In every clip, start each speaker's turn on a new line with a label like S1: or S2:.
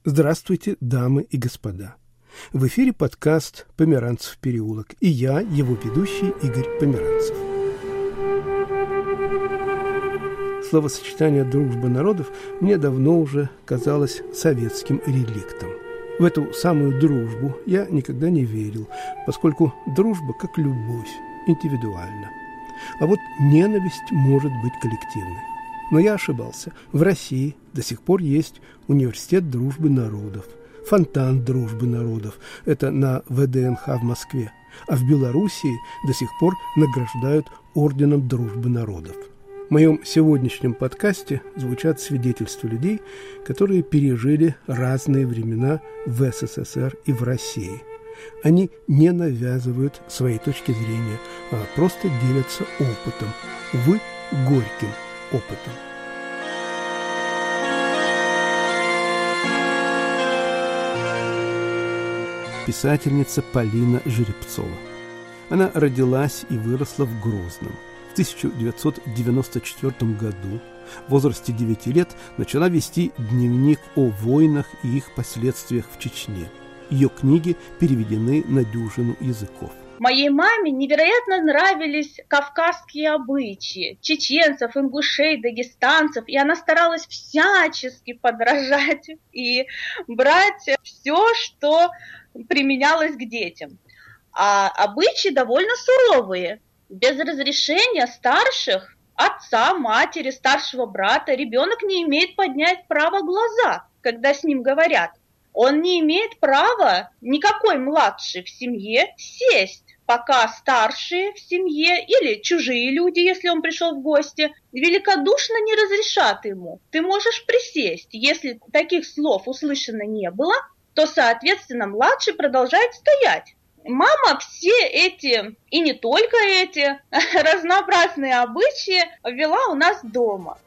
S1: Здравствуйте, дамы и господа. В эфире подкаст «Померанцев переулок», и я, его ведущий Игорь Померанцев. Словосочетание «дружба народов» мне давно уже казалось советским реликтом. В эту самую дружбу я никогда не верил, поскольку дружба, как любовь, индивидуальна. А вот ненависть может быть коллективной. Но я ошибался. В России до сих пор есть университет дружбы народов, фонтан дружбы народов. Это на ВДНХ в Москве. А в Белоруссии до сих пор награждают орденом дружбы народов. В моем сегодняшнем подкасте звучат свидетельства людей, которые пережили разные времена в СССР и в России. Они не навязывают своей точки зрения, а просто делятся опытом. Увы, горьким опытом. Писательница Полина Жеребцова. Она родилась и выросла в Грозном. В 1994 году, в возрасте 9 лет, начала вести дневник о войнах и их последствиях в Чечне. Ее книги переведены на дюжину языков.
S2: Моей маме невероятно нравились кавказские обычаи, чеченцев, ингушей, дагестанцев, и она старалась всячески подражать и брать все, что применялось к детям. А обычаи довольно суровые. Без разрешения старших, отца, матери, старшего брата, ребенок не имеет поднять право глаза, когда с ним говорят. Он не имеет права, никакой младший в семье, сесть, пока старшие в семье или чужие люди, если он пришел в гости, великодушно не разрешат ему. Ты можешь присесть. Если таких слов услышано не было, то, соответственно, младший продолжает стоять. Мама все эти, и не только эти, разнообразные обычаи ввела у нас дома.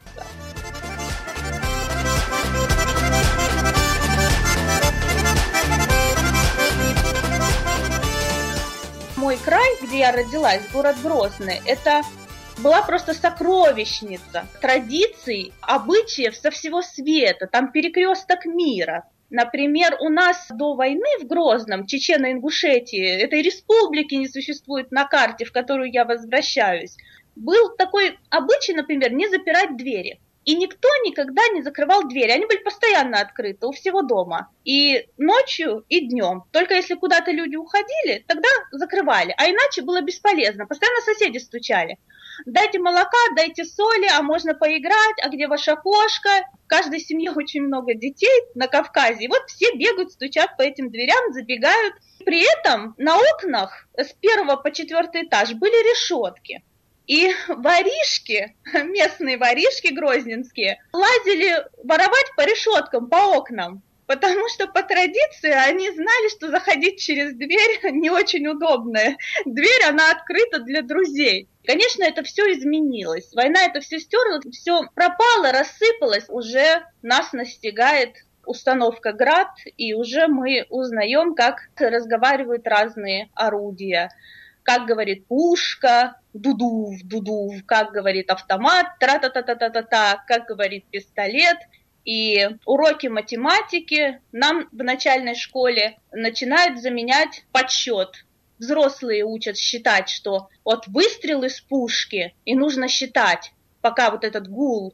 S2: Мой край, где я родилась, город Грозный, это была просто сокровищница традиций, обычаев со всего света, там перекресток мира. Например, у нас до войны в Грозном, Чечено-Ингушетии, этой республики не существует на карте, в которую я возвращаюсь, был такой обычай, например, не запирать двери. И никто никогда не закрывал двери, они были постоянно открыты у всего дома. И ночью, и днем. Только если куда-то люди уходили, тогда закрывали, а иначе было бесполезно. Постоянно соседи стучали. Дайте молока, дайте соли, а можно поиграть, а где ваша кошка? В каждой семье очень много детей на Кавказе. И вот все бегают, стучат по этим дверям, забегают. При этом на окнах с 1 по 4 этаж были решетки. И воришки, местные воришки грозненские, лазили воровать по решеткам, по окнам. Потому что по традиции они знали, что заходить через дверь не очень удобно. Дверь, она открыта для друзей. Конечно, это все изменилось. Война это все стерла, все пропало, рассыпалось. Уже нас настигает установка «Град», и уже мы узнаем, как разговаривают разные орудия. Как говорит пушка, дудув, дудув, как говорит автомат, тра-та-та-та-та-та, как говорит пистолет. И уроки математики нам в начальной школе начинают заменять подсчет. Взрослые учат считать, что вот выстрел из пушки, и нужно считать, пока вот этот гул,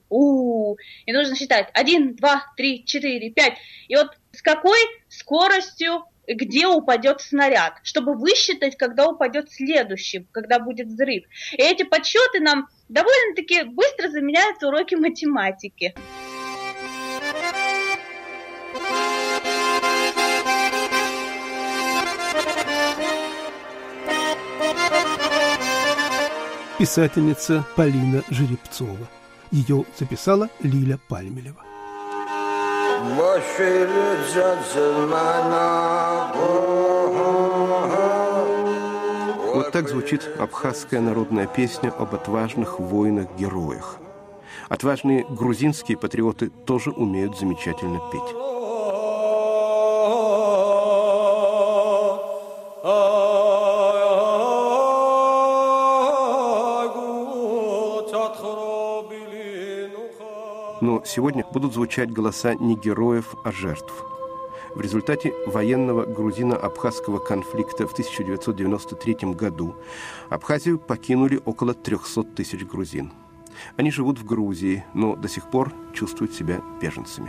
S2: и нужно считать 1, 2, 3, 4, 5. И вот с какой скоростью где упадет снаряд, чтобы высчитать, когда упадет следующий, когда будет взрыв. И эти подсчеты нам довольно-таки быстро заменяются уроки математики.
S1: Писательница Полина Жеребцова. Ее записала Лиля Пальмелева. Вот так звучит абхазская народная песня об отважных воинах-героях. Отважные грузинские патриоты тоже умеют замечательно петь. Но сегодня будут звучать голоса не героев, а жертв. В результате военного грузино-абхазского конфликта в 1993 году Абхазию покинули около 300 тысяч грузин. Они живут в Грузии, но до сих пор чувствуют себя беженцами.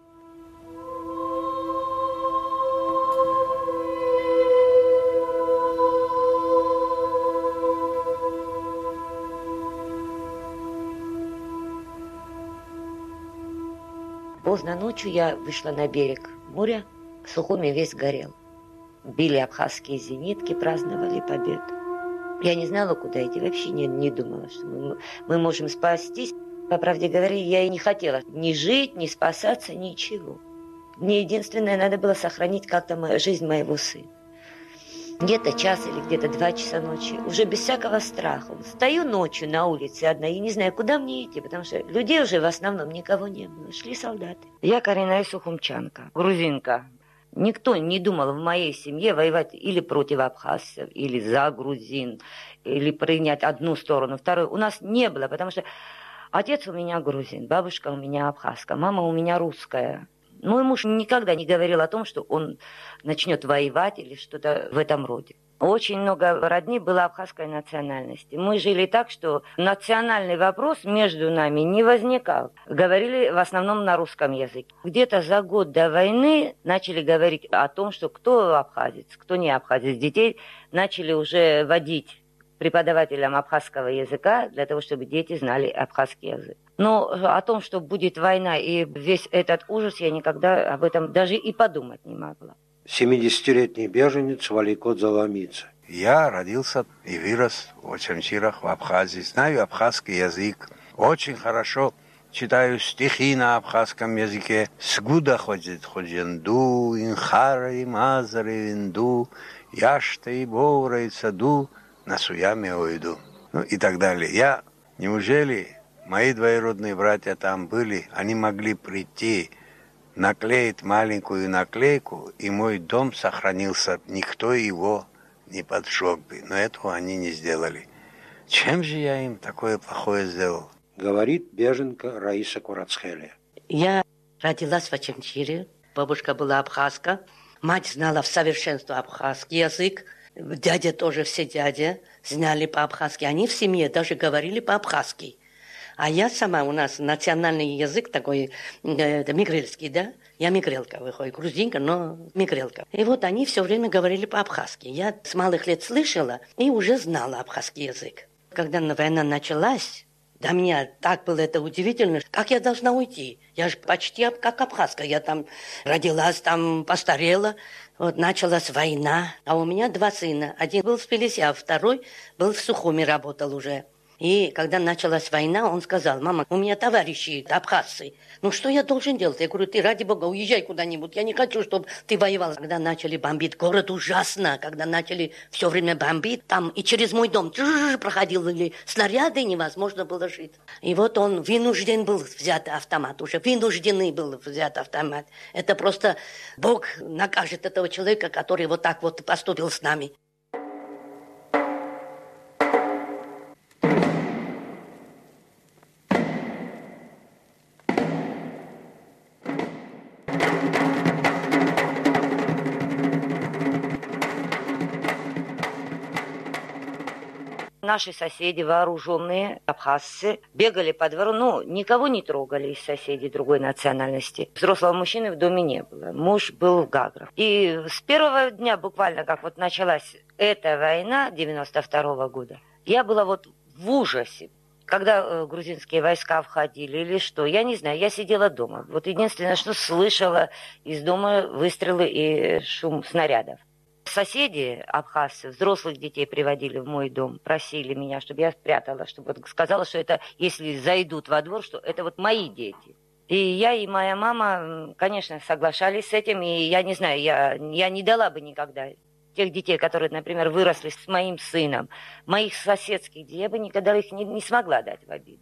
S3: Поздно ночью я вышла на берег моря, Сухуми весь горел. Били абхазские зенитки, праздновали победу. Я не знала, куда идти, вообще не думала, что мы можем спастись. По правде говоря, я и не хотела ни жить, ни спасаться, ничего. Мне единственное, надо было сохранить как-то жизнь моего сына. Где-то час или где-то 2 часа ночи, уже без всякого страха. Стою ночью на улице одна и не знаю, куда мне идти, потому что людей уже в основном никого не было. Шли солдаты. Я коренная сухумчанка, грузинка. Никто не думал в моей семье воевать или против абхазцев, или за грузин, или принять одну сторону, вторую. У нас не было, потому что отец у меня грузин, бабушка у меня абхазка, мама у меня русская. Мой муж никогда не говорил о том, что он начнет воевать или что-то в этом роде. Очень много родни было абхазской национальности. Мы жили так, что национальный вопрос между нами не возникал. Говорили в основном на русском языке. Где-то за год до войны начали говорить о том, что кто абхазец, кто не абхазец. Детей начали уже водить преподавателям абхазского языка для того, чтобы дети знали абхазский язык. Но о том, что будет война и весь этот ужас, я никогда об этом даже и подумать не могла.
S4: 70-летний беженец Валикот Заламица.
S5: Я родился и вырос в Очамчирах, в Абхазии. Знаю абхазский язык. Очень хорошо читаю стихи на абхазском языке. Сгуда ходит ходженду, инхара и мазары винду, яшта и бора и саду, на суяме ойду. Ну и так далее. Неужели мои двоюродные братья там были, они могли прийти, наклеить маленькую наклейку, и мой дом сохранился. Никто его не поджег бы. Но этого они не сделали. Чем же я им такое плохое сделал?
S4: Говорит беженка Раиса Курацхелия.
S6: Я родилась в Очамчире. Бабушка была абхазка. Мать знала в совершенстве абхазский язык. Дядя тоже, все дяди знали по-абхазски. Они в семье даже говорили по-абхазски. А я сама, у нас национальный язык такой, мигрельский, да? Я мигрелка, выходит, грузинка, но мигрелка. И вот они все время говорили по-абхазски. Я с малых лет слышала и уже знала абхазский язык. Когда война началась, для меня так было это удивительно. Как я должна уйти? Я же почти как абхазка. Я там родилась, там постарела. Вот началась война. А у меня 2 сына. Один был в Тбилиси, а второй был в Сухуми, работал уже. И когда началась война, он сказал: мама, у меня товарищи абхазцы. Ну что я должен делать? Я говорю: ты ради бога уезжай куда-нибудь. Я не хочу, чтобы ты воевал. Когда начали бомбить город, ужасно. Когда начали все время бомбить, там и через мой дом проходили снаряды, невозможно было жить. И вот он вынужден был взять автомат. Уже вынужденный был взять автомат. Это просто Бог накажет этого человека, который вот так вот поступил с нами.
S3: Наши соседи, вооруженные абхазцы, бегали по двору, но никого не трогали из соседей другой национальности. Взрослого мужчины в доме не было. Муж был в Гаграх. И с первого дня, буквально как вот началась эта война 92 года, я была вот в ужасе. Когда грузинские войска входили или что, я не знаю, я сидела дома. Вот единственное, что слышала из дома выстрелы и шум снарядов. Соседи абхазцы, взрослых детей приводили в мой дом, просили меня, чтобы я спрятала, чтобы вот сказала, что это, если зайдут во двор, что это вот мои дети. И я и моя мама, конечно, соглашались с этим, и я не знаю, я не дала бы никогда тех детей, которые, например, выросли с моим сыном, моих соседских детей, я бы никогда их не смогла дать в обиду.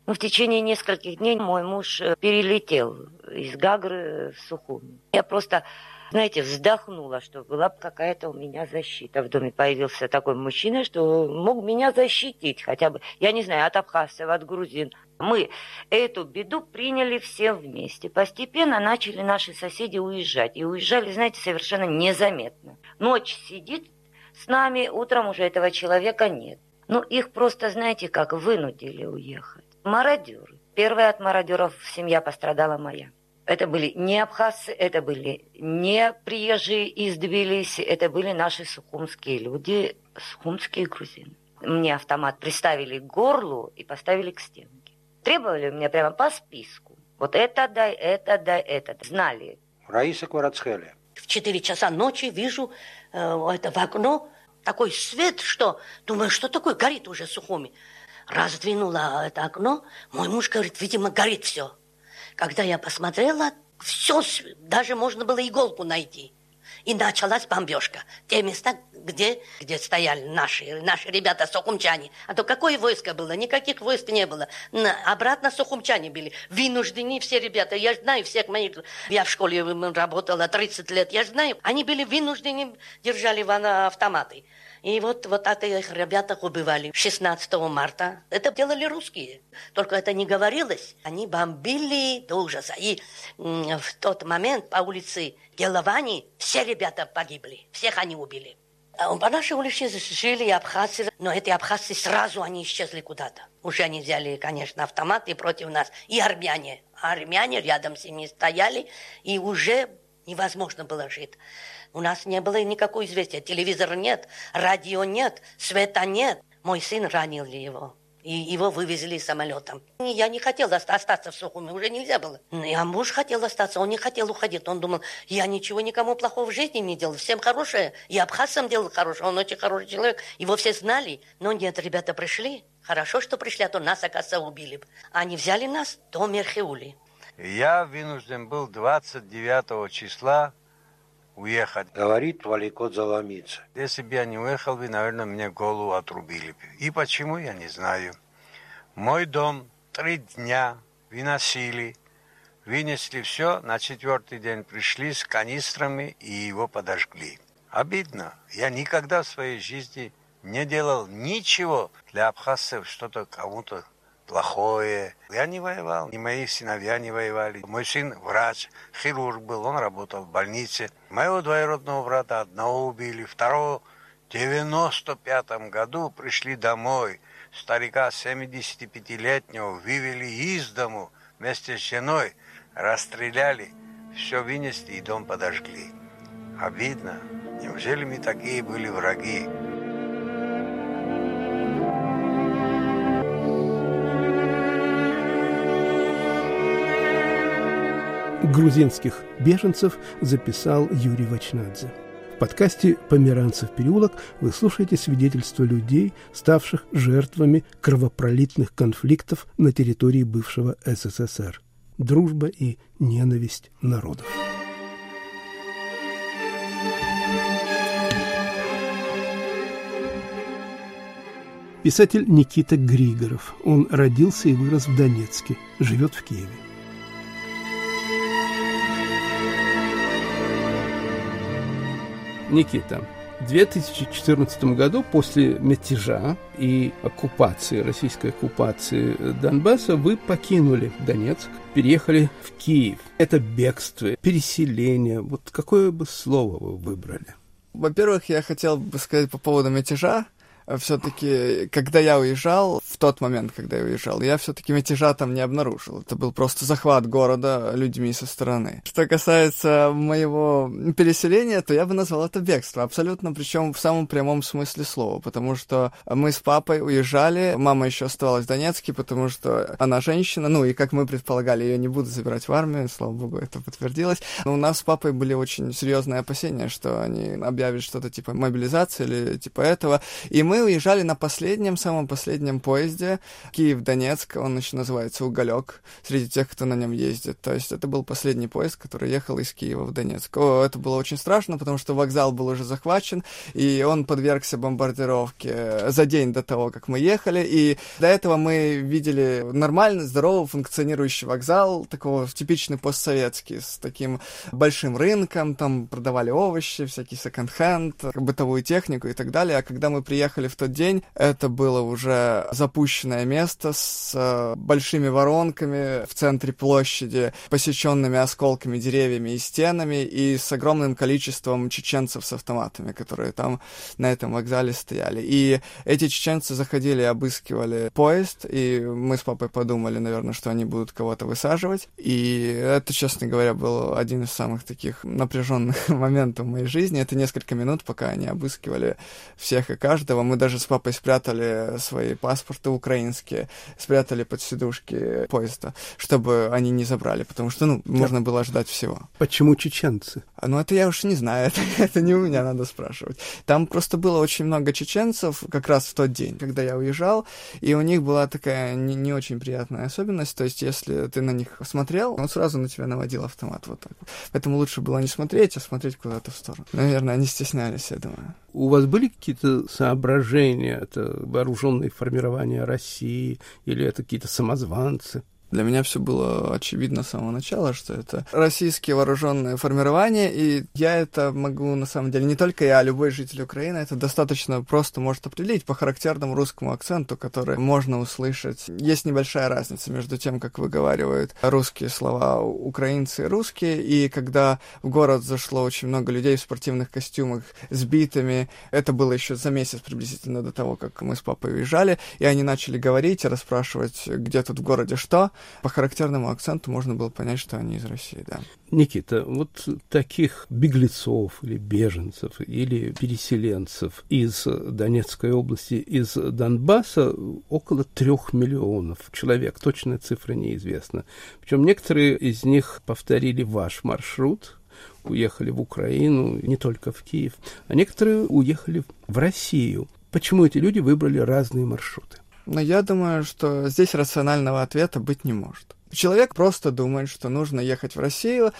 S3: В течение нескольких дней мой муж перелетел из Гагры в Сухуми. Я просто, знаете, вздохнула, что была бы какая-то у меня защита. В доме появился такой мужчина, что мог меня защитить хотя бы, я не знаю, от абхазцев, от грузин. Мы эту беду приняли все вместе. Постепенно начали наши соседи уезжать. И уезжали, знаете, совершенно незаметно. Ночь сидит с нами, утром уже этого человека нет. Их просто, знаете, как вынудили уехать. Мародеры. Первая от мародеров семья пострадала моя. Это были не абхазцы, это были не приезжие из Тбилиси, это были наши сухумские люди, сухумские грузины. Мне автомат приставили к горлу и поставили к стенке. Требовали у меня прямо по списку. Вот это дай, это дай, это дай. Знали.
S4: Раиса Кварацхелия.
S6: В 4 часа ночи вижу это в окно такой свет, что думаю, что такое, горит уже Сухуми. Раздвинула это окно, мой муж говорит, видимо, горит все. Когда я посмотрела, все, даже можно было иголку найти. И началась бомбежка. Те места, где стояли наши ребята, сухумчане. А то какое войско было? Никаких войск не было. Обратно сухумчане были. Вынуждены все ребята. Я знаю всех моих... Я в школе работала 30 лет. Я знаю, они были вынуждены, держали автоматы. И вот этих ребятах убивали 16 марта. Это делали русские. Только это не говорилось. Они бомбили до ужаса. И в тот момент по улице Геловани все ребята погибли. Всех они убили. По нашей улице жили абхазцы. Но эти абхазцы сразу они исчезли куда-то. Уже они взяли, конечно, автоматы против нас. И армяне. Армяне рядом с ними стояли. И уже невозможно было жить. У нас не было никакого известия. Телевизора нет, радио нет, света нет. Мой сын ранил его. И его вывезли самолетом. Я не хотела остаться в Сухуми, уже нельзя было. А муж хотел остаться, он не хотел уходить. Он думал, я ничего никому плохого в жизни не делал, всем хорошее. И абхазцам делал хорошее, он очень хороший человек. Его все знали. Но нет, ребята пришли. Хорошо, что пришли, а то нас, оказывается, убили бы. Они взяли нас до Мерхиули.
S5: Я вынужден был 29 числа уехать.
S4: Говорит Валикот Заламица.
S5: Если бы я не уехал, наверное, мне голову отрубили бы. И почему, я не знаю. Мой дом 3 дня выносили, вынесли все, на 4-й день пришли с канистрами и его подожгли. Обидно. Я никогда в своей жизни не делал ничего для абхазцев, что-то кому-то плохое. Я не воевал, и мои сыновья не воевали. Мой сын врач, хирург был, он работал в больнице. Моего двоюродного брата одного убили, второго в 95-м году пришли домой. Старика 75-летнего вывели из дому вместе с женой, расстреляли, все вынесли и дом подожгли. Обидно. Неужели мы такие были враги?
S1: Грузинских беженцев записал Юрий Вачнадзе. В подкасте «Померанцев переулок» вы слушаете свидетельства людей, ставших жертвами кровопролитных конфликтов на территории бывшего СССР. Дружба и ненависть народов. Писатель Никита Григоров. Он родился и вырос в Донецке, живет в Киеве. Никита, в 2014 году после мятежа и оккупации, российской оккупации Донбасса, вы покинули Донецк, переехали в Киев. Это бегство, переселение. Вот какое бы слово вы выбрали?
S7: Во-первых, я хотел бы сказать по поводу мятежа. Все-таки, когда я уезжал, в тот момент, когда я уезжал, я все-таки мятежа там не обнаружил. Это был просто захват города людьми со стороны. Что касается моего переселения, то я бы назвал это бегство. Абсолютно, причем в самом прямом смысле слова. Потому что мы с папой уезжали, мама еще оставалась в Донецке, потому что она женщина, и как мы предполагали, ее не будут забирать в армию, слава богу, это подтвердилось. Но у нас с папой были очень серьезные опасения, что они объявят что-то типа мобилизации или типа этого. И мы мы уезжали на самом последнем поезде Киев-Донецк, он еще называется «Уголек», среди тех, кто на нем ездит. То есть это был последний поезд, который ехал из Киева в Донецк. Это было очень страшно, потому что вокзал был уже захвачен, и он подвергся бомбардировке за день до того, как мы ехали. И до этого мы видели нормальный, здоровый, функционирующий вокзал, такого типичный постсоветский, с таким большим рынком, там продавали овощи, всякий секонд-хенд, бытовую технику и так далее. А когда мы приехали в тот день, это было уже запущенное место с большими воронками в центре площади, посеченными осколками, деревьями и стенами, и с огромным количеством чеченцев с автоматами, которые там на этом вокзале стояли. И эти чеченцы заходили и обыскивали поезд, и мы с папой подумали, наверное, что они будут кого-то высаживать. И это, честно говоря, был один из самых таких напряженных моментов в моей жизни. Это несколько минут, пока они обыскивали всех и каждого. Мы даже с папой спрятали свои паспорты украинские, спрятали под сидушки поезда, чтобы они не забрали, потому что, можно было ждать всего.
S1: Почему чеченцы?
S7: Это я уж не знаю, это не у меня надо спрашивать. Там просто было очень много чеченцев как раз в тот день, когда я уезжал, и у них была такая не очень приятная особенность, то есть если ты на них смотрел, он сразу на тебя наводил автомат вот так. Поэтому лучше было не смотреть, а смотреть куда-то в сторону. Наверное, они стеснялись, я думаю.
S1: У вас были какие-то соображения, это вооруженные формирования России, или это какие-то самозванцы?
S7: Для меня все было очевидно с самого начала, что это российские вооруженные формирования, и я это могу, на самом деле, не только я, а любой житель Украины, это достаточно просто может определить по характерному русскому акценту, который можно услышать. Есть небольшая разница между тем, как выговаривают русские слова украинцы и русские, и когда в город зашло очень много людей в спортивных костюмах с битами, это было еще за месяц приблизительно до того, как мы с папой уезжали, и они начали говорить и расспрашивать, где тут в городе что. По характерному акценту можно было понять, что они из России, да.
S1: Никита, вот таких беглецов или беженцев или переселенцев из Донецкой области, из Донбасса около 3 миллионов человек. Точная цифра неизвестна. Причем некоторые из них повторили ваш маршрут, уехали в Украину, не только в Киев, а некоторые уехали в Россию. Почему эти люди выбрали разные маршруты?
S7: Но я думаю, что здесь рационального ответа быть не может. Человек просто думает, что нужно ехать в Россию,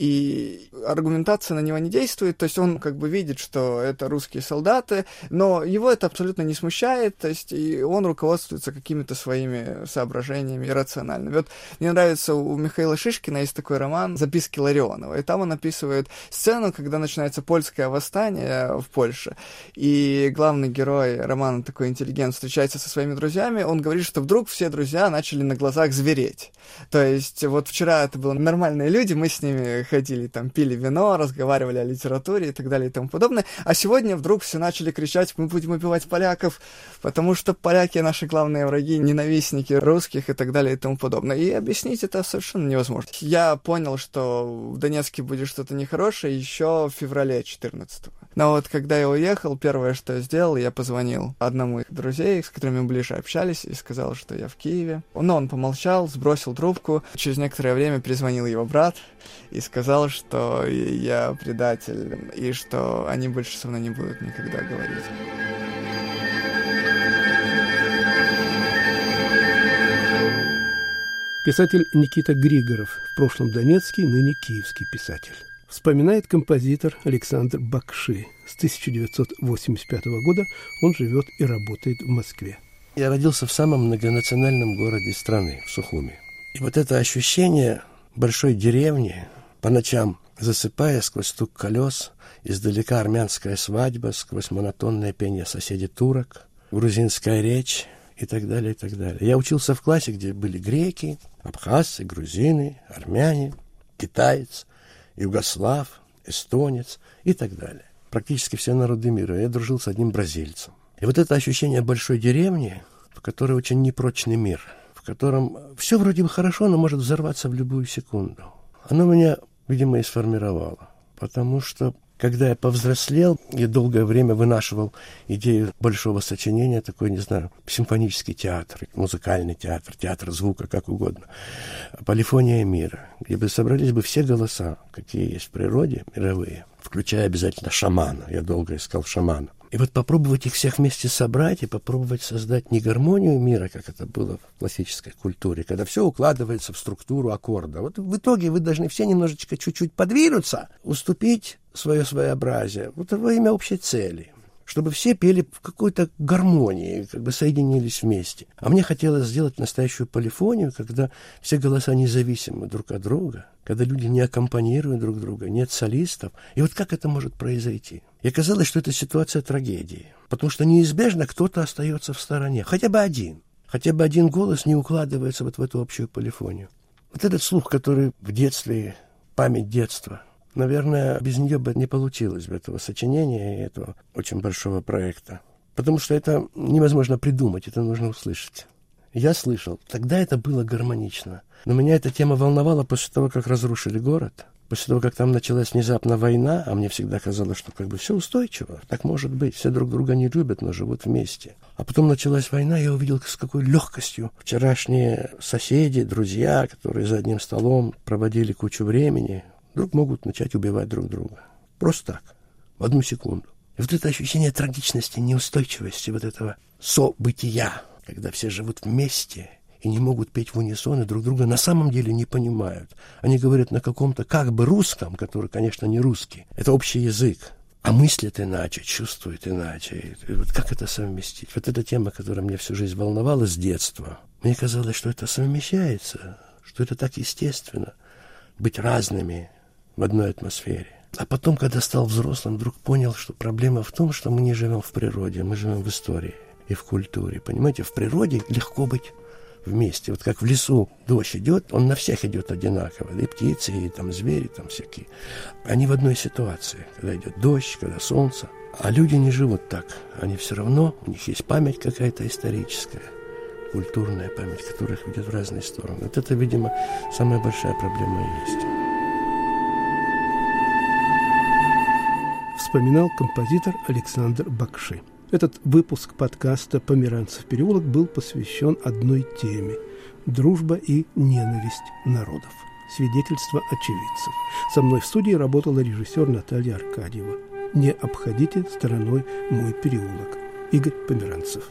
S7: и аргументация на него не действует, то есть он видит, что это русские солдаты, но его это абсолютно не смущает, то есть и он руководствуется какими-то своими соображениями иррациональными. Вот мне нравится, у Михаила Шишкина есть такой роман «Записки Ларионова», и там он описывает сцену, когда начинается польское восстание в Польше, и главный герой романа, такой интеллигент, встречается со своими друзьями, он говорит, что вдруг все друзья начали на глазах звереть. То есть вот вчера это были нормальные люди, мы с ними ходили, там, пили вино, разговаривали о литературе и так далее и тому подобное, а сегодня вдруг все начали кричать, мы будем убивать поляков, потому что поляки наши главные враги, ненавистники русских и так далее и тому подобное. И объяснить это совершенно невозможно. Я понял, что в Донецке будет что-то нехорошее еще в феврале 14-го. Но вот когда я уехал, первое, что я сделал, я позвонил одному из друзей, с которыми мы ближе общались, и сказал, что я в Киеве. Но он помолчал, сбросил трубку. Через некоторое время перезвонил его брат и сказал, что я предатель, и что они больше со мной не будут никогда говорить.
S1: Писатель Никита Григоров, в прошлом донецкий, ныне киевский писатель. Вспоминает композитор Александр Бакши. С 1985 года он живет и работает в Москве.
S8: Я родился в самом многонациональном городе страны, в Сухуми. И вот это ощущение большой деревни, по ночам засыпая сквозь стук колес, издалека армянская свадьба, сквозь монотонное пение соседей турок, грузинская речь и так далее, и так далее. Я учился в классе, где были греки, абхазцы, грузины, армяне, китаец, югослав, эстонец и так далее. Практически все народы мира. Я дружил с одним бразильцем. И вот это ощущение большой деревни, в которой очень непрочный мир, в котором все вроде бы хорошо, но может взорваться в любую секунду, оно меня, видимо, и сформировало. Потому что, когда я повзрослел, я долгое время вынашивал идею большого сочинения, такой, не знаю, симфонический театр, музыкальный театр, театр звука, как угодно. Полифония мира, где бы собрались бы все голоса, какие есть в природе, мировые, включая обязательно шамана. Я долго искал шамана. И вот попробовать их всех вместе собрать и попробовать создать не гармонию мира, как это было в классической культуре, когда все укладывается в структуру аккорда. Вот в итоге вы должны все немножечко чуть-чуть подвинуться, уступить свое своеобразие вот во имя общей цели, чтобы все пели в какой-то гармонии, как бы соединились вместе. А мне хотелось сделать настоящую полифонию, когда все голоса независимы друг от друга, когда люди не аккомпанируют друг друга, нет солистов. И вот как это может произойти? И оказалось, что это ситуация трагедии, потому что неизбежно кто-то остается в стороне, хотя бы один голос не укладывается вот в эту общую полифонию. Вот этот слух, который в детстве, память детства, наверное, без нее бы не получилось бы этого сочинения и этого очень большого проекта. Потому что это невозможно придумать, это нужно услышать. Я слышал, тогда это было гармонично. Но меня эта тема волновала после того, как разрушили город, после того, как там началась внезапно война, а мне всегда казалось, что как бы все устойчиво, так может быть, все друг друга не любят, но живут вместе. А потом началась война, я увидел, с какой легкостью вчерашние соседи, друзья, которые за одним столом проводили кучу времени, вдруг могут начать убивать друг друга. Просто так, в одну секунду. И вот это ощущение трагичности, неустойчивости, вот этого события, когда все живут вместе и не могут петь в унисон, и друг друга на самом деле не понимают. Они говорят на каком-то как бы русском, который, конечно, не русский. Это общий язык. А мыслят иначе, чувствуют иначе. И вот как это совместить? Вот эта тема, которая меня всю жизнь волновала с детства. Мне казалось, что это совмещается, что это так естественно. Быть разными в одной атмосфере. А потом, когда стал взрослым, вдруг понял, что проблема в том, что мы не живем в природе, мы живем в истории и в культуре. Понимаете, в природе легко быть вместе. Вот как в лесу дождь идет, он на всех идет одинаково. И птицы, и там звери, там всякие. Они в одной ситуации, когда идет дождь, когда солнце. А люди не живут так. Они все равно, у них есть память какая-то историческая, культурная память, которая их ведет в разные стороны. Вот это, видимо, самая большая проблема и есть.
S1: Вспоминал композитор Александр Бакши. Этот выпуск подкаста «Померанцев переулок» был посвящен одной теме – дружба и ненависть народов. Свидетельства очевидцев. Со мной в студии работала режиссер Наталья Аркадьева. Не обходите стороной мой переулок. Игорь Померанцев.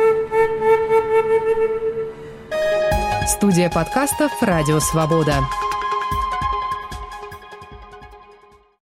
S9: Студия подкастов «Радио Свобода».